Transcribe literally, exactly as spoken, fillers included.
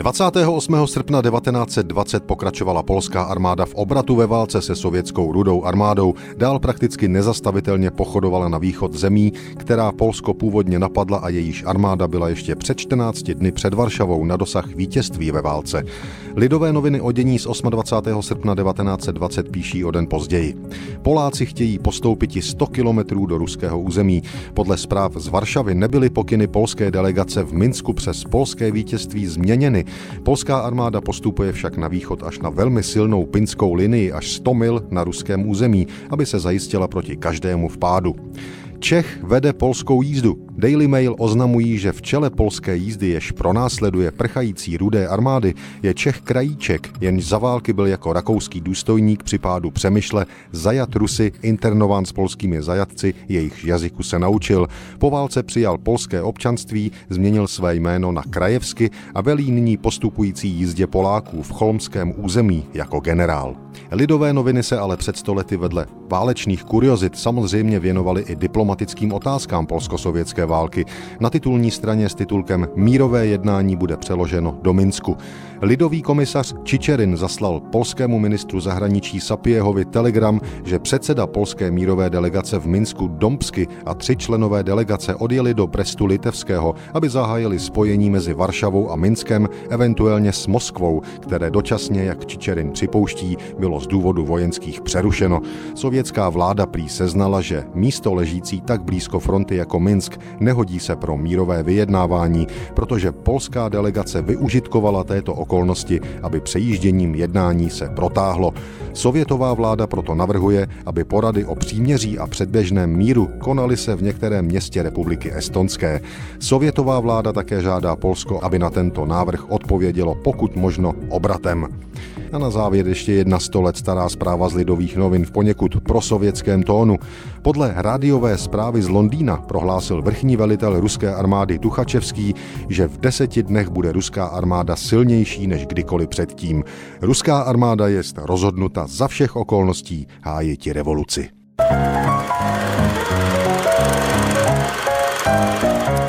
dvacátého osmého srpna devatenáct set dvacet pokračovala polská armáda v obratu ve válce se sovětskou Rudou armádou. Dál prakticky nezastavitelně pochodovala na východ zemí, která Polsko původně napadla a jejíž armáda byla ještě před čtrnácti dny před Varšavou na dosah vítězství ve válce. Lidové noviny o dění z dvacátého osmého srpna devatenáct set dvacet píší o den později. Poláci chtějí postoupit i sto kilometrů do ruského území. Podle zpráv z Varšavy nebyly pokyny polské delegace v Minsku přes polské vítězství změněny. Polská armáda postupuje však na východ až na velmi silnou pinskou linii až sto mil na ruském území, aby se zajistila proti každému vpádu. Čech vede polskou jízdu. Daily Mail oznamují, že v čele polské jízdy, jež pronásleduje prchající Rudé armády, je Čech Krajíček, jenž za války byl jako rakouský důstojník při pádu Přemyšle zajat Rusy, internován s polskými zajatci, jejichž jazyku se naučil. Po válce přijal polské občanství, změnil své jméno na Krajevsky a velí nyní postupující jízdě Poláků v cholmském území jako generál. Lidové noviny se ale před stolety vedle válečných kuriozit samozřejmě věnovaly i diplomatickým otázkám polsko-sovětské války. Na titulní straně s titulkem Mírové jednání bude přeloženo do Minsku. Lidový komisař Čičerin zaslal polskému ministru zahraničí Sapiehovi telegram, že předseda polské mírové delegace v Minsku Dombsky a tři členové delegace odjeli do Brestu Litevského, aby zahájili spojení mezi Varšavou a Minskem, eventuálně s Moskvou, které dočasně, jak Čičerin připouští, bylo z důvodu vojenských přerušeno. Sovětská vláda prý seznala, že místo ležící tak blízko fronty jako Minsk nehodí se pro mírové vyjednávání, protože polská delegace využitkovala této okolnosti, aby přejížděním jednání se protáhlo. Sovětová vláda proto navrhuje, aby porady o příměří a předběžném míru konaly se v některém městě republiky Estonské. Sovětová vláda také žádá Polsko, aby na tento návrh odpovědělo pokud možno obratem. A na závěr ještě jedna sto let stará zpráva z Lidových novin v poněkud prosovětském tónu. Podle rádiové zprávy z Londýna prohlásil vrchní velitel ruské armády Tuchačevský, že v deseti dnech bude ruská armáda silnější než kdykoliv předtím. Ruská armáda je rozhodnuta za všech okolností hájiti revoluci.